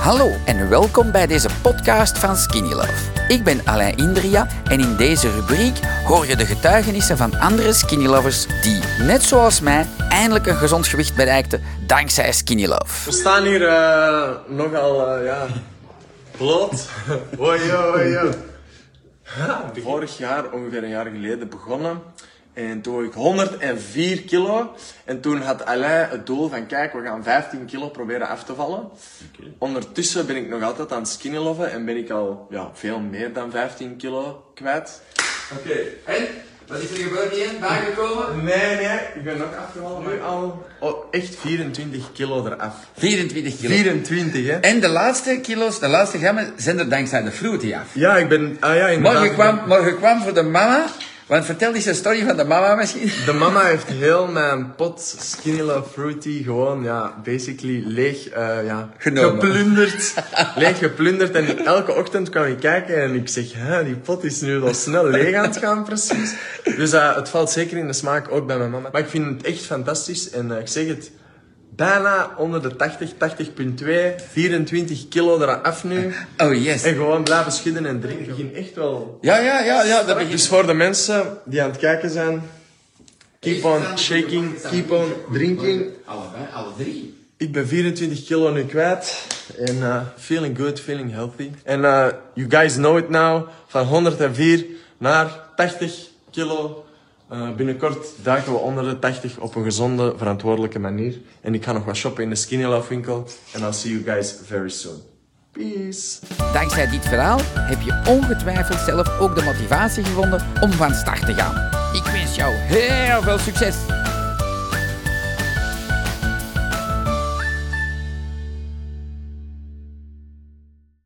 Hallo en welkom bij deze podcast van Skinny Love. Ik ben Alain Indria en in deze rubriek hoor je de getuigenissen van andere Skinny Lovers die, net zoals mij, eindelijk een gezond gewicht bereikten dankzij Skinny Love. We staan hier nogal bloot. Hoi. Vorig jaar, ongeveer een jaar geleden, begonnen. En toen woog ik 104 kilo. En toen had Alain het doel van, kijk, we gaan 15 kilo proberen af te vallen. Okay. Ondertussen ben ik nog altijd aan het skinny loven en ben ik al veel meer dan 15 kilo kwijt. Oké. En? Wat is er gebeurd hier? Bijgekomen? Nee, ik ben nog afgevallen. Nu al echt 24 kilo eraf. 24 kilo? 24, hè. En de laatste kilo's, de laatste grammen, zijn er dankzij de fruity af. Ja, ik ben... inderdaad. Morgen kwam voor de mama... Want vertel eens een story van de mama misschien. De mama heeft heel mijn pot Skinny Love Fruity gewoon, basically leeg geplunderd. Leeg geplunderd. En elke ochtend kwam ik kijken en ik zeg, die pot is nu wel snel leeg aan het gaan precies. Dus het valt zeker in de smaak, ook bij mijn mama. Maar ik vind het echt fantastisch en ik zeg het, bijna onder de 80,2, 24 kilo eraf nu. Oh yes. En gewoon blijven schudden en drinken. Ik begin echt wel... Ja, dat begint. Dus voor de mensen die aan het kijken zijn, keep on shaking, keep on drinking. Alle drie. Ik ben 24 kilo nu kwijt. En feeling good, feeling healthy. En you guys know it now. Van 104 naar 80 kilo. Binnenkort duiken we onder de 80 op een gezonde, verantwoordelijke manier. En ik ga nog wat shoppen in de Skinny Love winkel. En I'll see you guys very soon. Peace. Dankzij dit verhaal heb je ongetwijfeld zelf ook de motivatie gevonden om van start te gaan. Ik wens jou heel veel succes.